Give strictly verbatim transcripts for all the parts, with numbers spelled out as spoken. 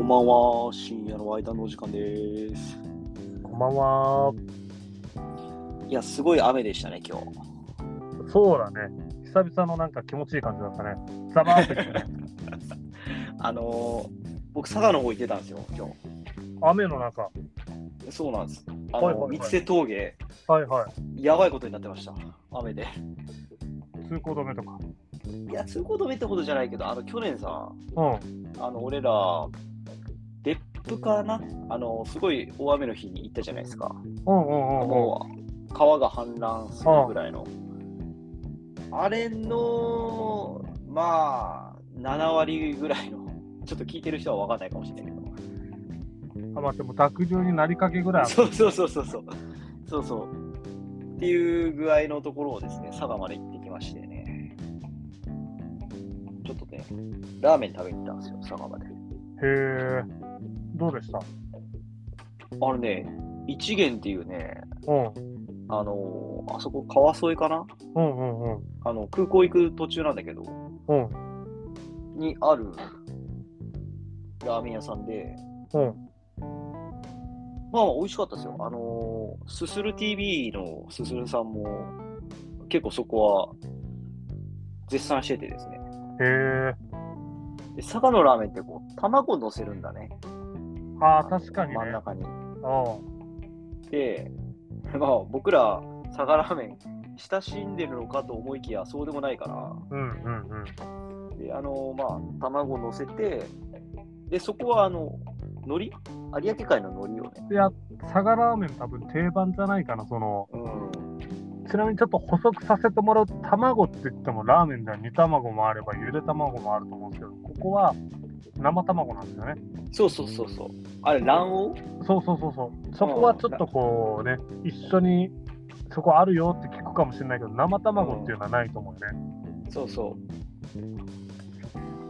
んばんは、深夜のワイダンのお時間です。 こんばんは。 いや、すごい雨でしたね、今日。 そうだね。久々のなんか気持ちいい感じだったね。ザバーっときてね。 あのー、僕、佐賀の方行ってたんですよ、今雨の中。 日。そうなんです。あの、 はいはいはい三瀬峠、 はいはい。 やばいことになってました、雨で。 通行止めとか。 いや、通行止めってほどじゃないけど、あの、去年さ、 うん。 あの、俺ら、別府かなあの、すごい大雨の日に行ったじゃないですか。 うんうんうんうん。 もう、川が氾濫するぐらいの。あれの、まあ、なな割ぐらいの、ちょっと聞いてる人は分かんないかもしれないけど。 あ、まあでも濁流になりかけぐらいある。 そうそうそうそうそう。そうそう。っていう具合のところをですね、佐賀まで行ってきましてね。ちょっとね、ラーメン食べに行ったんですよ、佐賀まで。 へえ。どうでした？ あれね、一元っていうね、 うん。 あのー、あそこ川沿いかなうんうんうん。 あの、空港行く途中なんだけど、 うん。 にあるラーメン屋さんで、 うん。 まあ、美味しかったですよ。あのー、すする ティーブイ のすするさんも、結構そこは絶賛しててですね。 へえ。 で佐賀のラーメンってこう、卵乗せるんだね。 ああ、確かにね。 真ん中に。 うで、まあ、僕ら佐賀ラーメン親しんでるのかと思いきやそうでもないかん。うんうんら、で、あの、まあ、卵乗せて、で、そこはあの、海苔有明海の海苔をね。 うん。いや、佐賀ラーメン多分定番じゃないかな。その、 うん。 ちなみにちょっと補足させてもらうと、卵って言ってもラーメンでは煮卵もあればゆで卵もあると思うんですけど、ここは生卵なんですよね。 そうそうそうそう。あれ、卵黄そうそうそうそう。そこはちょっとこうね、一緒にそこあるよって聞くかもしれないけど、生卵っていうのはないと思うよね。 そうそう。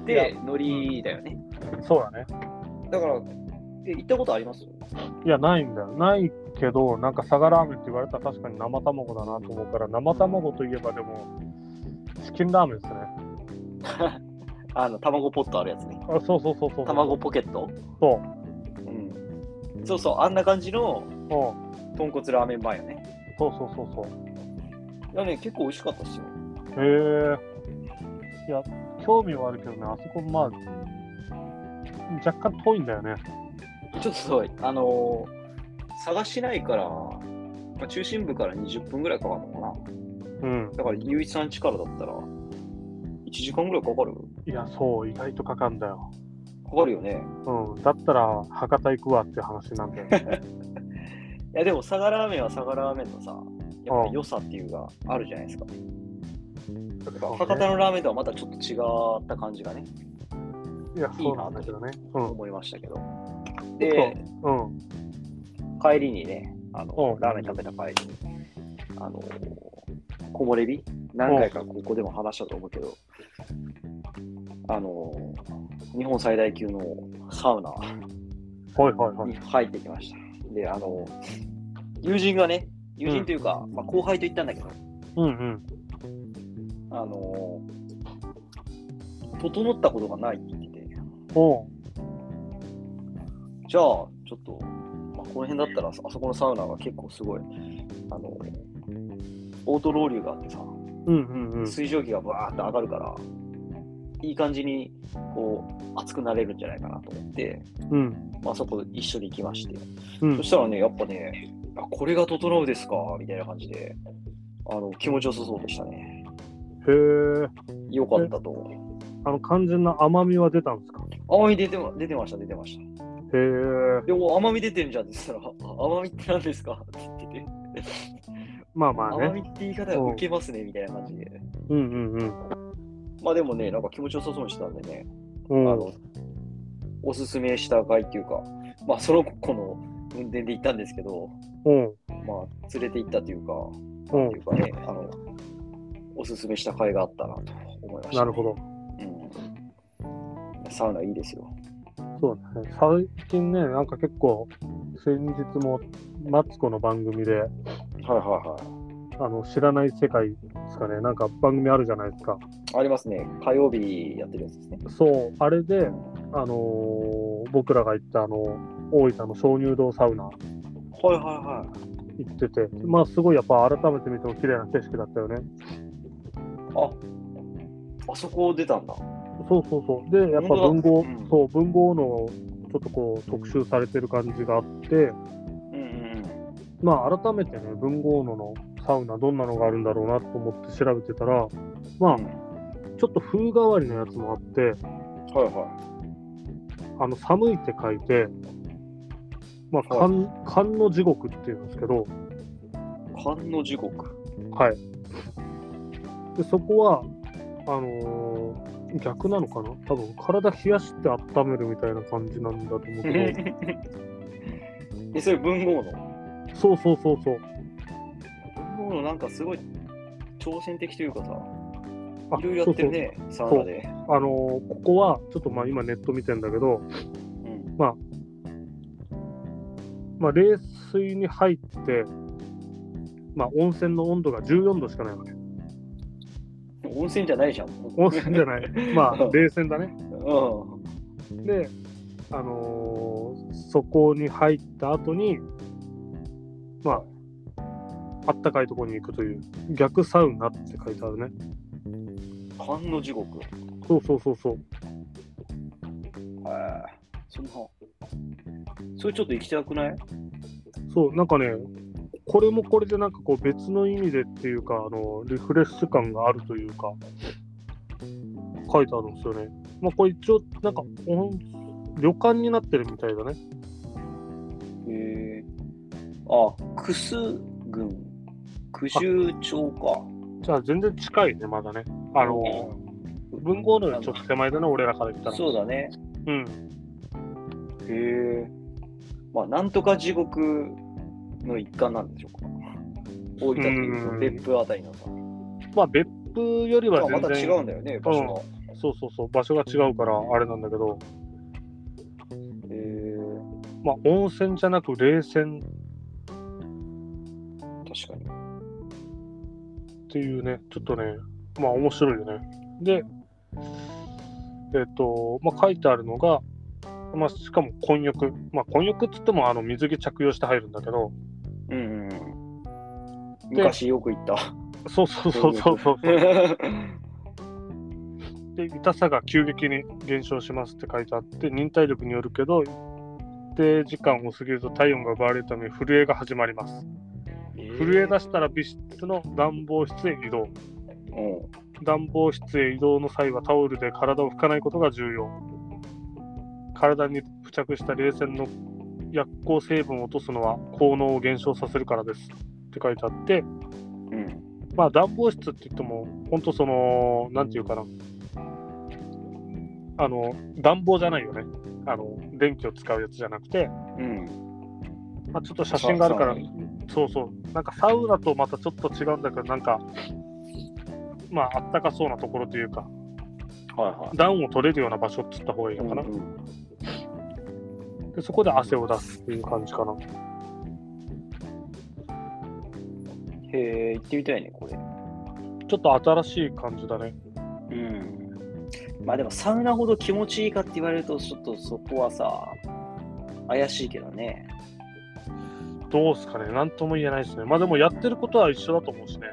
で、海苔だよね。 そうだね。 だから、え、行ったことあります？ いや、ないんだよ。ないけど、なんか佐賀ラーメンって言われたら確かに生卵だなと思うから、生卵といえばでも、チキンラーメンですね。 あの、卵ポットあるやつね。 あ、そうそうそうそう。 卵ポケットそうん。そうそう、あんな感じのう。うん。 豚骨ラーメン版よね。 そうそうそうそう。 いやね、結構美味しかったっすよ。 へえ。いや、興味はあるけどね、あそこ、まあ、若干遠いんだよね。 ちょっとすごい、あのー、佐賀市内から、まあ、中心部からにじゅっぷんぐらいかかるのかな。 うん。 だから、ゆういちさん家からだったら、いちじかんぐらいかかるいや、そう、意外とかかんだよ。 かかるよね。 うん。だったら、博多行くわって話なんだよね。 いや、でも、佐賀ラーメンは佐賀ラーメンのさ、やっぱうんり良さっていうがあるじゃないですか。だからそうね博多のラーメンとはまたちょっと違った感じがね、 いや、そうなんだけどね。うん。 思いましたけど。で、 うん。 帰りにね、あの、 うんラーメン食べた帰りに、あの、木漏れ日何回かここでも話したと思うけど、あの、日本最大級のサウナはいはいはい。 に入ってきました。で、あの、友人がね、友人というか、まあ、後輩と言ったんだけど、 うんうん。 あの、整ったことがないって言ってて、 おう。 じゃあ、ちょっと、まあ、この辺だったら、あそこのサウナが結構すごい、あの、オートロウリュがあってさ、 うんうんうん。 水蒸気がバーって上がるから、いい感じに、こう、熱くなれるんじゃないかなと思って、 うんまあ、そこ一緒に行きまして、 うんそしたらね、やっぱね、あ、これが整うですかみたいな感じで、あの、気持ちよさそうでしたね。 へえ。 よかったと。 あの、肝心な甘みは出たんですか？ 甘み出てま、出てました、出てました。 へえ。 でも、甘み出てんじゃんって言ったら、あ甘みって何ですかって言ってて、 まあまあ甘みね。 って言い方が受けますね、みたいな感じで。 うんうんうん。 まあでもね、なんか気持ちよさそうにしてたんでね、 うんあの、おすすめした回っていうか、まあその子の運転で行ったんですけど、 うんまあ連れて行ったというか、 うんなんていうかね、あの、おすすめした回があったなと思いました、ね。 なるほど。 うん。サウナいいですよ。 そうだね。最近ね、なんか結構、先日もマツコの番組で、 はいはいはい。 あの、知らない世界ですかね、なんか番組あるじゃないですか。 ありますね。火曜日やってるやつですね。 そう、あれで、あのー僕らが行ったあの大分の鍾乳洞サウナはいはいは行ってて、まあすごいやっぱ改めて見ても綺麗な景色だったよね。 い。あ、あそこ出たんだ。 そうそうそう。で、やっぱ本当だ文豪、 うんそう、文豪のちょっとこう特集されてる感じがあって、 うんうんまあ改めてね、文豪野のサウナどんなのがあるんだろうなと思って調べてたら、まあ、 うん。 ちょっと風変わりのやつもあって、 はいはあの寒いって書いて、まあ、 はい寒寒の地獄っていうんですけど、 い。寒の地獄。 はい。で、そこは、あのー逆なのかな多分、体冷やして温めるみたいな感じなんだと思うけえ、それ文豪のど、そうそうそうそう。 文豪のなんかすごい挑戦的というかさ、 あいろいろやってるね、サウナで。 そうそうあのーここは、ちょっとまあ今ネット見てんだけど、 うん。 まあ、まあ、冷水に入って、まあ、温泉の温度がじゅうよんどしかないわけ。 温泉じゃないじゃん。 温泉じゃない。まあ、冷泉だね。 うん。 で、あのーそこに入った後に、まあ、あったかいところに行くという、逆サウナって書いてあるね。 寒の地獄。 そうそうそうそう。 はい。そんな。それちょっと行きたくない？ そう、なんかね、これもこれでなんかこう別の意味でっていうか、あの、リフレッシュ感があるというか、書いてあるんですよね。まあ、これ一応、なんか、温旅館になってるみたいだね。 へえ。あ、クス郡、九十町か。 じゃあ全然近いね、まだね。あの、文豪のよりちょっと手前だな、俺らから言ったら。 そうだね。 うん。 へえ。まあ、なんとか地獄の一環なんでしょうか。大分っていうと別府あたりのさ。 まあ、別府よりは全然。 また違うんだよね、場所が。 うん、そうそうそう、場所が違うからあれなんだけど、 へえ。 まあ、温泉じゃなく冷泉確かに。 っていうね、ちょっとね、まあ面白いよね。で、えっ、と、まあ書いてあるのが、まあしかも混浴。まあ混浴っつってもあの水着着用して入るんだけど、 うんうんうん。昔よく行った。 そうそうそうそうそう。で、痛さが急激に減少しますって書いてあって、忍耐力によるけど、一定時間を過ぎると体温が奪われるため震えが始まります。震え出したら美室の暖房室へ移動。暖房室へ移動の際はタオルで体を拭かないことが重要。体に付着した冷泉の薬効成分を落とすのは効能を減少させるからですって書いてあって、 うん、 まあ暖房室って言っても本当そのなんていうかな、あの暖房じゃないよね。あの電気を使うやつじゃなくて、 うんまあ、ちょっと写真があるからそうそうなんかサウナとまたちょっと違うんだけどなんかまああったかそうなところというか、 はいはい、 暖を取れるような場所って言った方がいいのかな、うんうん、でそこで汗を出すっていう感じかな。 へえ、行ってみたいねこれ。 ちょっと新しい感じだね。 うん。まあでもサウナほど気持ちいいかって言われるとちょっとそこはさ怪しいけどね。 どうすかね、なんとも言えないですね。まあでもやってることは一緒だと思うしね。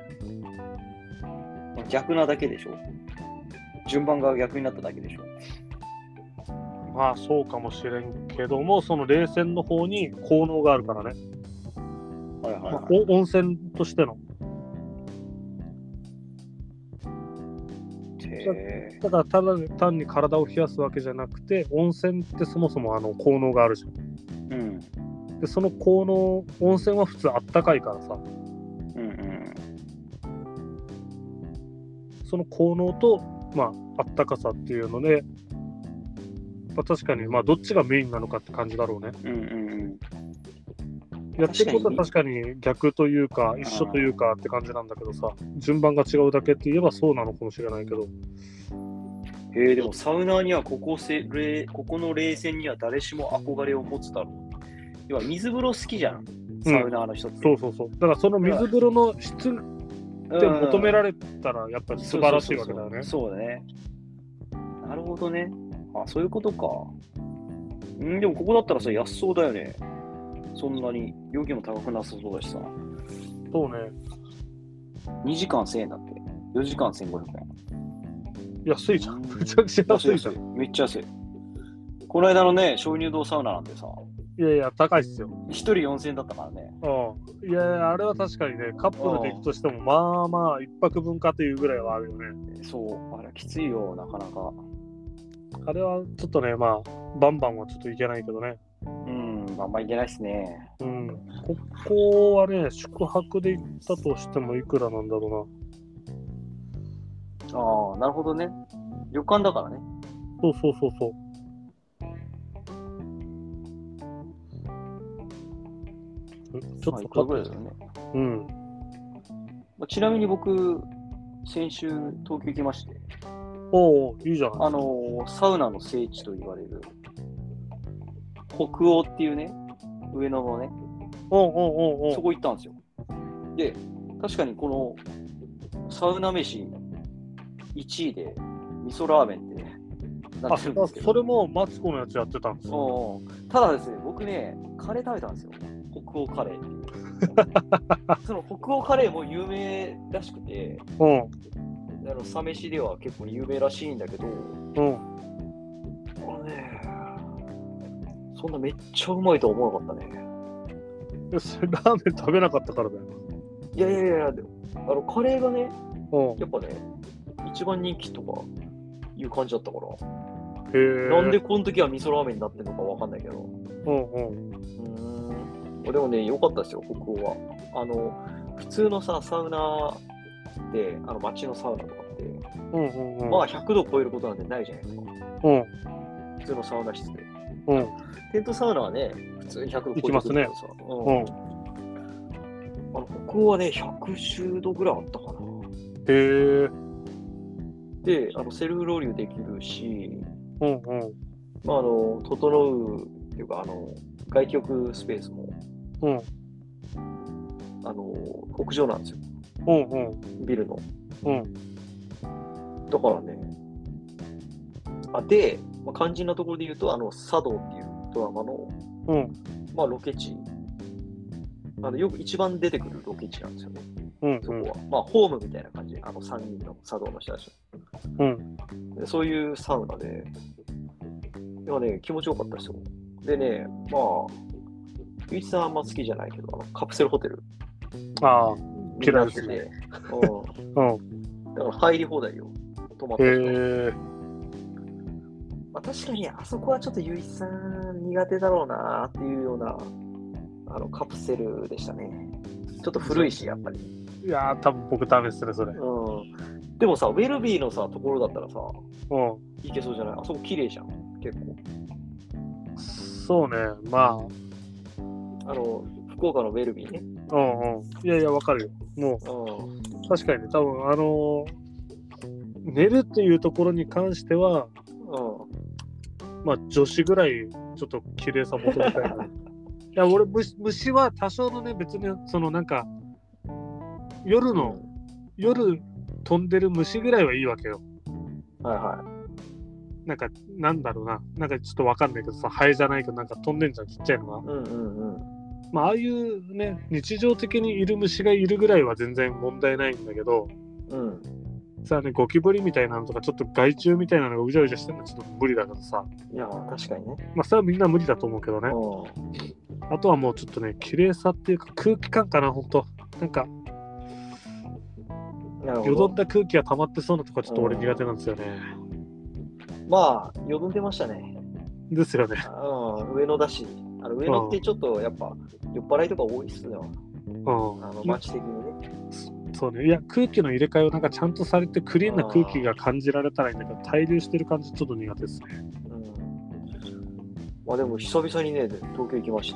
逆なだけでしょ。順番が逆になっただけでしょ。 まあそうかもしれんけども、その冷泉の方に効能があるからね。 はいはいはい、 まあ、温泉としての。 へだからただ単に体を冷やすわけじゃなくて、温泉ってそもそもあの効能があるじゃん。うん。でその効能、温泉は普通あったかいからさ。うんうん。その効能と、まあ、あったかさっていうので、まあ、確かに、まあ、どっちがメインなのかって感じだろうね。うんうんうん。やってることは確かに逆というか、一緒というかって感じなんだけどさ、順番が違うだけって言えばそうなのかもしれないけど。 えー、でもサウナーにはここせここの冷泉には誰しも憧れを持つだろう。要は水風呂好きじゃん、サウナーの人って。 うん、そうそうそう。だからその水風呂の質って求められたらやっぱり素晴らしいわけだよね。 そうだね。なるほどね。あ、そういうことか。 んでもここだったらさ、安そうだよね。そんなに料金も高くなさそうだしさ。 そうね。 にじかんせんえんだって。よじかんせんごひゃくえん。 安いじゃん。めちゃくちゃ安いじゃん。 めっちゃ安い。この間のね、鍾乳洞サウナなんてさ、 いやいや、高いっすよ。 ひとりよんせんえんだったからね。 うん。いやいや、あれは確かにね、カップルで行くとしても、まあまあ、一泊分かというぐらいはあるよね。 そう、あれきついよ、なかなか。 あれはちょっとね、まあ、バンバンはちょっといけないけどね。 うん、あんまいけないっすね。 うん。ここはね、宿泊で行ったとしてもいくらなんだろああ、なるほどね。旅館だからね。 うな。そうそうそうそう。ちょっとかぐらいだよね。 うん。 まあ、ちなみに僕、先週東京行きまして、 おお、いいじゃない。 あのー、サウナの聖地と言われる、北欧っていうね、上野のね、 おうおうおうおう。 そこ行ったんですよ。で、確かにこのサウナ飯いちいで、味噌ラーメンってね、なあ、 ってるんですけど。 それもマツコのやつやってたんですよ。 おーただですね、僕ね、カレー食べたんですよ。北欧カレーっていう。その北欧カレーも有名らしくて、 うん。 あのサ飯では結構有名らしいんだけど、 うん。 あのね、そんなめっちゃうまいとは思わなかったね。 えそれラーメン食べなかったからだよ。 いやいやいや、でもあのカレーがね、 うん。 やっぱね、一番人気とかいう感じだったから、 へえ。 なんでこの時は味噌ラーメンになってるのかわかんないけど、 うんうん。 うーん、でもね、良かったですよ、北欧は。あの、普通のさ、サウナで、あの街のサウナとかって、 うんうんうん。 まあひゃくど超えることなんてないじゃないですか。 うん。 普通のサウナ室で。 うん。 テントサウナはね、普通にひゃくど超えてくるけどさ。 う。 うんん。あの、北欧はね、ひゃくじゅうどぐらいあったかな。 へえ。 で、あのセルフロウリュできるし、 うんうん。 まあ、あの、整うっていうか、あの、外気浴スペースも、 うん。 あの、屋上なんですよ。 うんうん。 ビルの。 うん。 だからね、あ、で、まあ、肝心なところで言うと、あの、茶道っていうドラマの、 うん。 まあ、ロケ地、あの、よく一番出てくるロケ地なんですよね。 うんそこは。まあ、ホームみたいな感じ。あの、さんにんの茶道の人たち。 うん。 でそういうサウナで、いやね、気持ちよかったですよ。でね、まあ、ゆういちさんあんま好きじゃないけど、あのカプセルホテルああ。 になってて、 嫌いでうん。 うん。 だから入り放題よ。泊まったへ人。 え。 まあ、確かにあそこはちょっとゆういちさん苦手だろうなっていうようなあのカプセルでしたね。ちょっと古いし、やっぱり。 いやー、多分僕ダメですね、それ。 うん。でもさ、ウェルビーのさ、ところだったらさ、 うん。 いけそうじゃない？あそこ綺麗じゃん、結構。 そうね、まあの、福岡のウェルビーね。 あ、うんうん。いやいや、わかるよ。もうん。 う、確かにね、多分あのー寝るっていうところに関しては、 うん。 まあ、女子ぐらい、ちょっと綺麗さ求めたいな。いや、俺虫、虫は多少のね、別に、そのなんか、夜の、夜飛んでる虫ぐらいはいいわけよ。 はいはなんか、なんだろうな。なんかちょっとわかんないけどさ、ハエじゃないけど、なんか飛んでんじゃん、ちっちゃいのが。 い。うんうんうん。 まあ、ああいうね、日常的にいる虫がいるぐらいは全然問題ないんだけど、 うん。 さあね、ゴキブリみたいなのとか、ちょっと害虫みたいなのがうじゃうじゃしてるのはちょっと無理だけどさ。 いや、確かにね。 まあ、それはみんな無理だと思うけどね。 うあとはもうちょっとね、綺麗さっていうか空気感かな、ほんと。なんか、 ん。なるほよどんど。 だ空気が溜まってそうなとこちょっと俺苦手なんですよね。 まあ、よどんでましたね。 ですよね。 うん、上野だし。あの上野ってちょっとやっぱ酔っ払いとか多いっすよ。 うん。 あの街的にね。 そうね。いや、空気の入れ替えをなんかちゃんとされてクリーンな空気が感じられたらいいんだけど、滞留してる感じちょっと苦手ですね。 うん。まあでも久々にね、東京行きまして、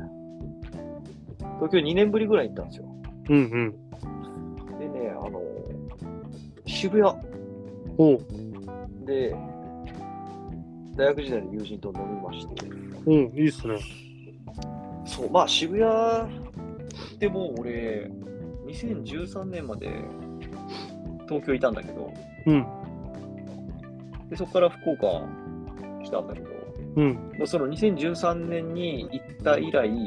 東京にねんぶりぐらいに行ったんですよ。 うんうん。 でね、あの、渋谷おう。 で、大学時代の友人と飲みまして、 うん、いいっすね。 そう、まあ渋谷でもう俺、にせんじゅうさんねんまで東京いたんだけど、 うん。 でそこから福岡来たんだけど、 うん。 そのにせんじゅうさんねんに行った以来、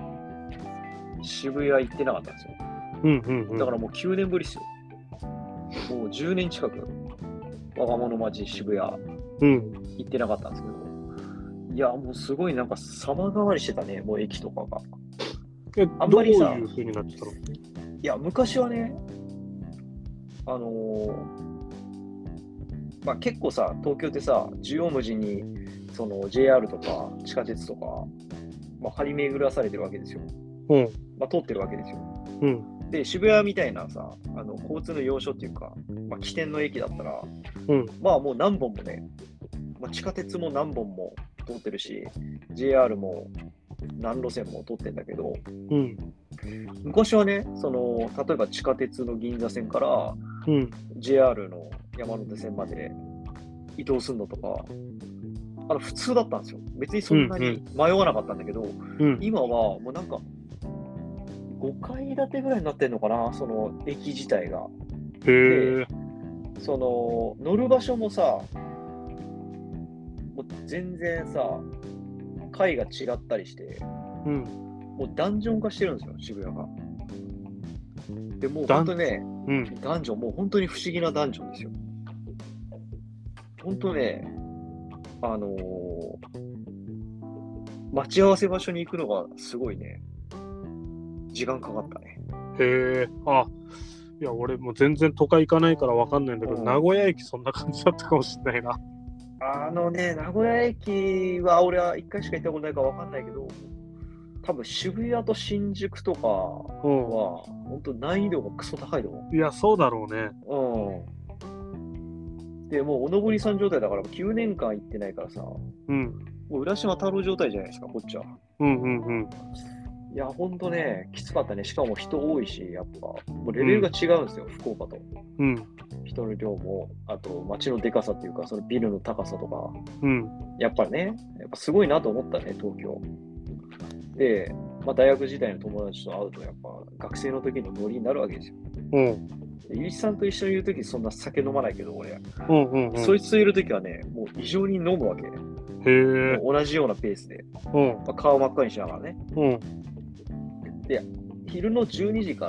渋谷行ってなかったんですよ。 うんうんうん。 だからもうきゅうねんぶりっすよ。もうじゅうねん近く、若者町渋谷うん。 行ってなかったんですけど、いや、もうすごいなんか様変わりしてたね、もう駅とかが。 え、 あんどういまりさう風になってたの？ いや、昔はね、あのーまあ結構さ、東京ってさ、縦横無尽にその ジェイアール とか地下鉄とか、まあ、張り巡らされてるわけですよ。 うん。 まあ、通ってるわけですよ。 うん。 で、渋谷みたいなさ、あの交通の要所っていうか、まあ、起点の駅だったら、 うん。 まあもう何本もね、まあ、地下鉄も何本も通ってるし、ジェイアール も何路線も通ってんだけど、 うん。 昔はね、その例えば地下鉄の銀座線からうん。 ジェイアール の山手線まで移動するのとか、あの普通だったんですよ。別にそんなに迷わなかったんだけど、 うん。 今はもうなんかごかい建てぐらいになってんのかな、その駅自体が。 へえ。 その乗る場所もさ、もう全然さ、階が違ったりして、 うん。 もうダンジョン化してるんですよ、渋谷が。で、もうダン本当ね、 うん。 ダンジョン、もう本当に不思議なダンジョンですよ。本当ね、あのー待ち合わせ場所に行くのがすごいね、時間かかったね。 へえ。あ、いや、俺もう全然都会行かないからわかんないんだけど、 うん名古屋駅そんな感じだったかもしれないな。 あのね、名古屋駅は俺はいっかいしか行ったことないからわかんないけど、多分渋谷と新宿とかうは、本当難易度がクソ高いと思ん。いや、そうだろうね。 う。うん。で、もうおのぼりさん状態だからきゅうねんかん行ってないからさ、 うん。 もう浦島太郎状態じゃないですか、こっちは。 うんうんうん。 いや、ほんとね、きつかったね。しかも人多いし、やっぱ、もうレベルが違うんですよ、福岡と。 うん。 人の量も、あと街のでかさっていうか、そのビルの高さとか、 うん。 やっぱね、やっぱすごいなと思ったね、東京。で、まあ、大学時代の友達と会うと、やっぱ学生の時のノリになるわけですよ。 うん。 でゆういちさんと一緒にいる時そんな酒飲まないけど、俺、 うんうんうん。 そいつといる時はね、もう異常に飲むわけ。 へえ。 もう同じようなペースで、 うん。 まあ、顔真っ赤にしながらね。 うん。 で、昼のじゅうにじから、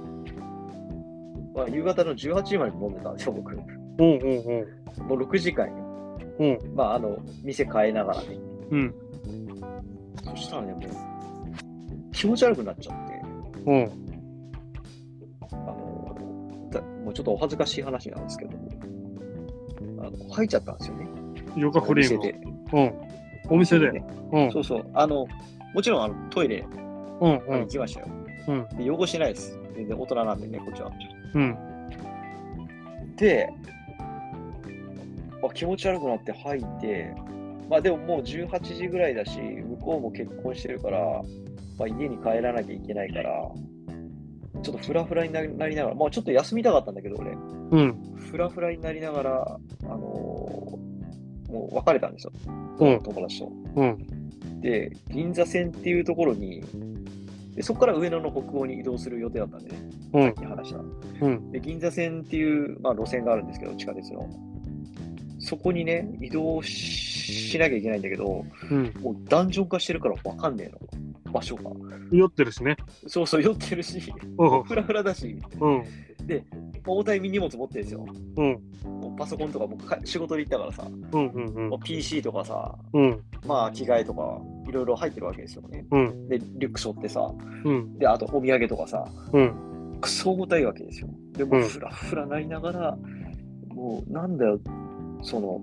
まあ、夕方のじゅうはちじまで飲んでたんですよ、僕。もうんうんうん。 うろくじかんよ。 うん。 まあ、あの、店変えながらね。 うん。 そしたらね、もう、気持ち悪くなっちゃって、 うん。 あの、だもうちょっとお恥ずかしい話なんですけど、あの吐いちゃったんですよね。 ヨガフリーム。 お店で。 うん。お店で。 ねうん。 そうそう。あの、もちろんあのトイレうんうまで行ん。 きましたよ。 うん。 で汚してないです。全然大人なんでね、こっちは。 うん。 で、あ気持ち悪くなって吐いて、まあでももうじゅうはちじぐらいだし、向こうも結婚してるから、まあ、家に帰らなきゃいけないから、ちょっとフラフラになりなりながら、まあちょっと休みたかったんだけど、俺、 うん。 フラフラになりながら、あのーもう別れたんですよ。 うん友達と。 うん。 で、銀座線っていうところに、でそこから上野の北欧に移動する予定だったんでね、 うんさっき話した。 うん。 で、銀座線っていう、まあ、路線があるんですけど、地下鉄の。そこにね、移動しなきゃいけないんだけど、 うん。 もうダンジョン化してるから分かんねえの、場所が。 酔ってるしね。 そうそう、酔ってるし、 うん。 フラフラだし、 うん。 重たい荷物持ってるんですよ。 うん。 もうパソコンとか、僕か仕事で行ったからさ、 うんうんうんもう ピーシー とかさ、 うんまあ着替えとか、いろいろ入ってるわけですよね。 うんで、リュック背負ってさ、 うんで、あとお土産とかさ、 うんクソ重たいわけですよ。でもうんフラフラなりながら、もうなんだよ、その、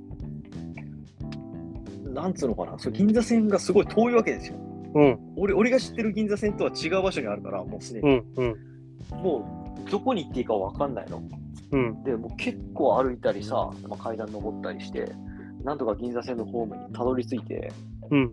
なんつうのかな、そう銀座線がすごい遠いわけですよ。 うん俺俺が知ってる銀座線とは違う場所にあるから、もうすでに。 うんうんもうどこに行っていいかわかんないの。 うんで、もう結構歩いたりさ、まあ、階段登ったりして、なんとか銀座線のホームにたどり着いて、 うん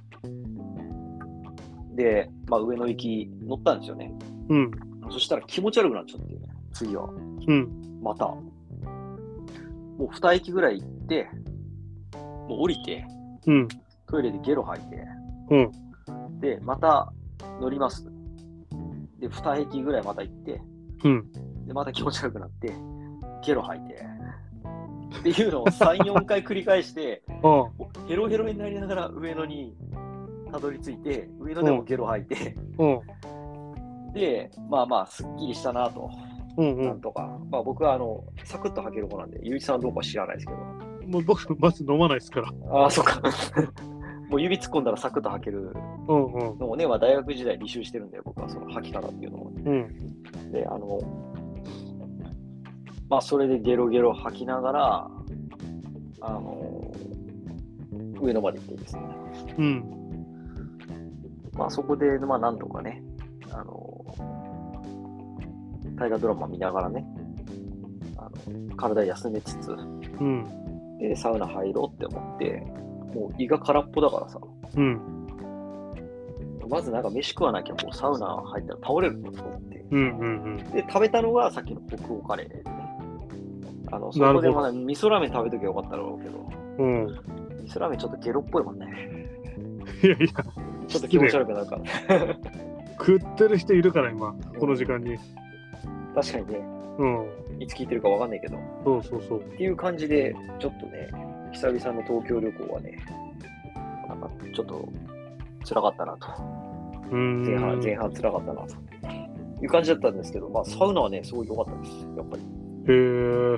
で、まあ、上野行き乗ったんですよね。 うんそしたら気持ち悪くなっちゃって、次は。 うんまた。もうに駅ぐらい行って、もう降りて、 うんトイレでゲロ吐いて、 うんで、また乗ります。で、に駅ぐらいまた行って、 うんで、また気持ち悪くなって、ゲロ吐いて、 っていうのをさん、よんかい繰り返して、 うん。 ヘロヘロになりながら上野にたどり着いて、上野でもゲロ吐いて、 うん。 で、まあまあ、すっきりしたなと。 うんうん。 なんとか。まあ僕はあの、サクッと吐ける子なんで、ゆういちさんはどうか知らないですけど。 もう僕、まず飲まないですから。 ああ、そっか。もう指突っ込んだらサクッと吐けるうんうん。 のをね、まあ、大学時代履修してるんで、僕はその吐き方っていうのを。 うん。 で、あの、まあそれでゲロゲロ吐きながら、あの、上野まで行ってですね。 うん。 まあそこで、まあなんとかね、あの、大河ドラマ見ながらね、あの体休めつつ、 うん。 で、サウナ入ろうって思って、もう胃が空っぽだからさ、 うん。 まずなんか飯食わなきゃもうサウナ入ったら倒れると思って、 うんうんうん。 で、食べたのがさっきの北欧カレーでね。あの、そなるほどこでまだ味噌ラーメン食べときゃよかったろうけど、 うん。 味噌ラーメンちょっとゲロっぽいもんね。 いやいや、 ちょっと気持ち悪くなるから。 食ってる人いるから今、この時間に。 確かにね、 うん。 いつ聞いてるかわかんないけど。 そうそうそう。 っていう感じで、ちょっとね、久々の東京旅行はね、なんかちょっと辛かったなと。 うーん。 前半、前半辛かったなと。いう感じだったんですけど、まあサウナはね、すごい良かったです。やっぱり。 へー。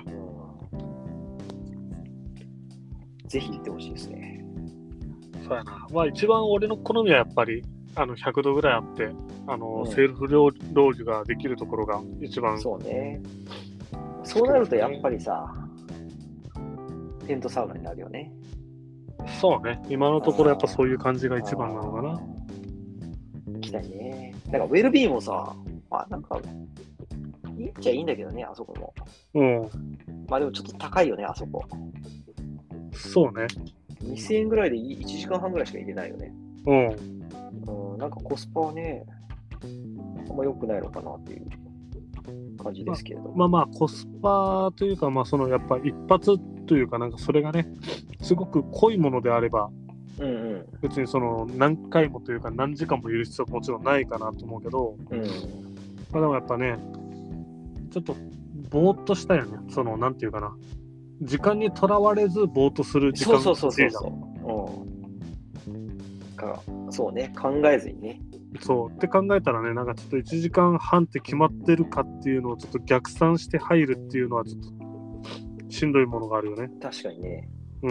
ぜひ行ってほしいですね。 そうやな。まあ一番俺の好みはやっぱり、あのひゃくどぐらいあって、あの、 うんセルフロウリュができるところが一番。 そうね。そうなるとやっぱりさ、テントサウナになるよね。 そうね。今のところやっぱそういう感じが一番なのかな。 行きたいね。なんかウェルビーもさ、あ、なんか、いいっちゃいいんだけどね、あそこも。 うん。 まあでもちょっと高いよね、あそこ。 そうね。 にせんえんぐらいでいちじかんはんぐらいしか入れないよね。 うん。 うん、なんかコスパはね、あんま良くないのかなっていう感じですけれども。 まあまあコスパというか、まあそのやっぱ一発というか、なんかそれがね、すごく濃いものであれば、 うんうん。 別にその何回もというか何時間もいる必要はもちろんないかなと思うけど、 うん。 まあ、でもやっぱね、ちょっとぼーっとしたよね。その、なんていうかな。時間にとらわれずぼーっとする時間そうそうそうそうがそう。うん。かそうね、考えずにね。 そうって考えたらね、なんかちょっといちじかんはんって決まってるかっていうのをちょっと逆算して入るっていうのはちょっとしんどいものがあるよね。 確かにね。 うん。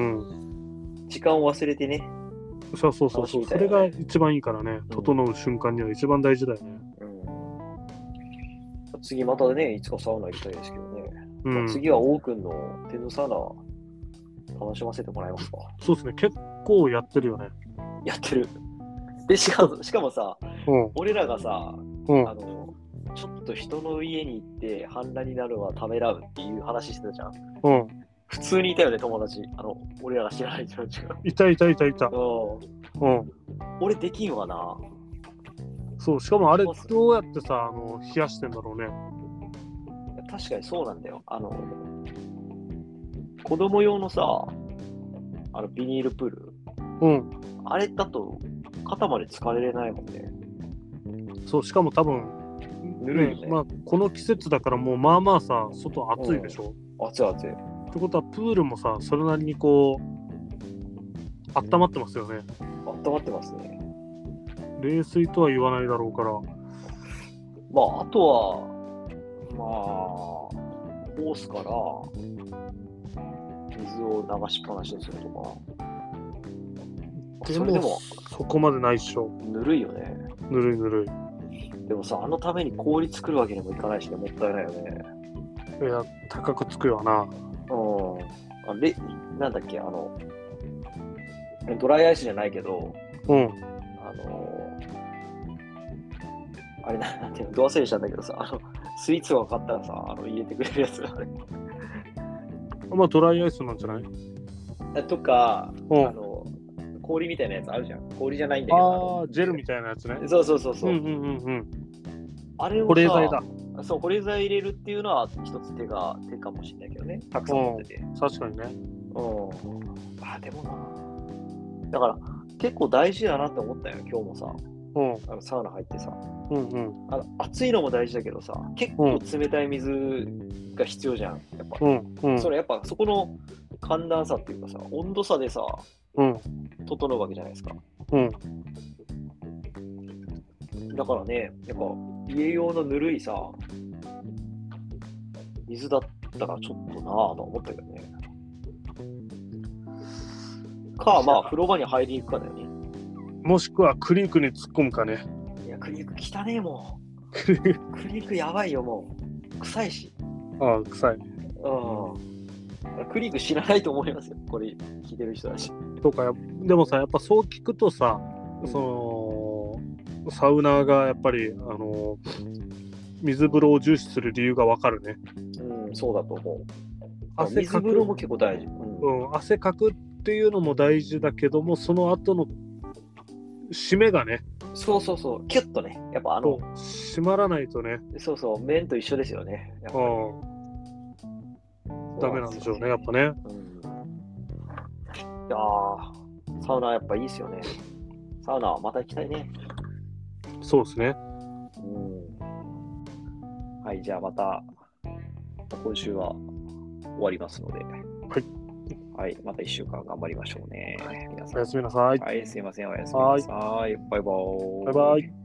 時間を忘れてね。 そうそうそうそう、それが一番いいからね、 うん整う瞬間には一番大事だよね。 うん。次またね、いつかサウナ行きたいですけどね。 うんまあ、次は王くんのテントサウナ楽しませてもらえますか。 そうですね、結構やってるよね。 やってる。で、しかも、しかもさ、 うん。 俺らがさ、 うんあの、ちょっと人の家に行って反乱になるのはためらうっていう話してたじゃん。 うん。 普通にいたよね、友達。あの、俺らが知らない友達が。 いたいたいたいた。 うん。 うん。 俺できんわな。 そう、しかもあれどうやってさ、あの冷やしてんだろうね。 確かにそうなんだよ。あの、子供用のさ、あのビニールプール、 うん。 あれだと肩まで疲れれないもんね。 そう、しかも多分、 ぬるいよね。 まあ、この季節だからもうまあまあさ、外暑いでしょ。 熱い熱い。 ってことはプールもさ、それなりにこう、温まってますよね。 温まってますね。 冷水とは言わないだろうから。 まあ、あとは、まあ、ホースから水を流しっぱなしにするとか。 でも、 それでもそこまでないっしょ。 ぬるいよね。 ぬるいぬるい。 でもさ、あのために氷作るわけにもいかないしね、もったいないよね。 いや、高くつくよな。 うん。あれ、なんだっけ、あの、ドライアイスじゃないけど、 うん。 あの、あれな、なんていうの、ど忘れしたんだけどさ、あの、スイーツが買ったらさ、あの、入れてくれるやつあれ。 まあ、ドライアイスなんじゃない？ とか、 うんあの、氷みたいなやつあるじゃん。氷じゃないんだけど。 ああ、ジェルみたいなやつね。 そうそうそうそう。 うんうんうんうん。 あれをさ、 保冷剤だ。 そう、保冷剤入れるっていうのは一つ手が、手かもしれないけどね。たくさん持ってて。 確かにね。 うん。あ、でもな。だから、結構大事だなって思ったよ、今日もさ。 うんあのサウナ入ってさ。 うんうんあの暑いのも大事だけどさ、結構冷たい水が必要じゃん。やっぱ。 うんうん。 それやっぱそこの寒暖差っていうかさ、温度差でさ、 うん。 整うわけじゃないですか。 うん。 だからね、なんか、家用のぬるいさ、水だったらちょっとなぁと思ったけどね。か、まあ、風呂場に入りに行くかだよね。 もしくはクリークに突っ込むかね。 いや、クリーク汚ねえもクリーク。 ん。クリークやばいよ、もう。臭いし。 ああ、臭い。 うん。クリーク知らないと思いますよ、これ聞いてる人だし。 とか、でもさ、やっぱそう聞くとさ、その、サウナーがやっぱり、あの、水風呂を重視する理由がわかるね。 うん、そうだと思う。 汗かく、 水風呂も結構大事。うん。 うん、汗かくっていうのも大事だけども、その後の締めがね、 そうそうそう、キュッとね。やっぱあの、 締まらないとね、 そうそう、麺と一緒ですよね。やっぱりうん、ダメなんでしょうね、やっぱね。 うん、いやー、サウナやっぱいいっすよね。サウナはまた行きたいね。 そうですね。 うん。はい、じゃあまた、今週は終わりますので。 はい。 はい、またいっしゅうかん頑張りましょうね。皆さん。 おやすみなさい。 はい、すいません、おやすみなさい。バイバーイ。 バイバイ。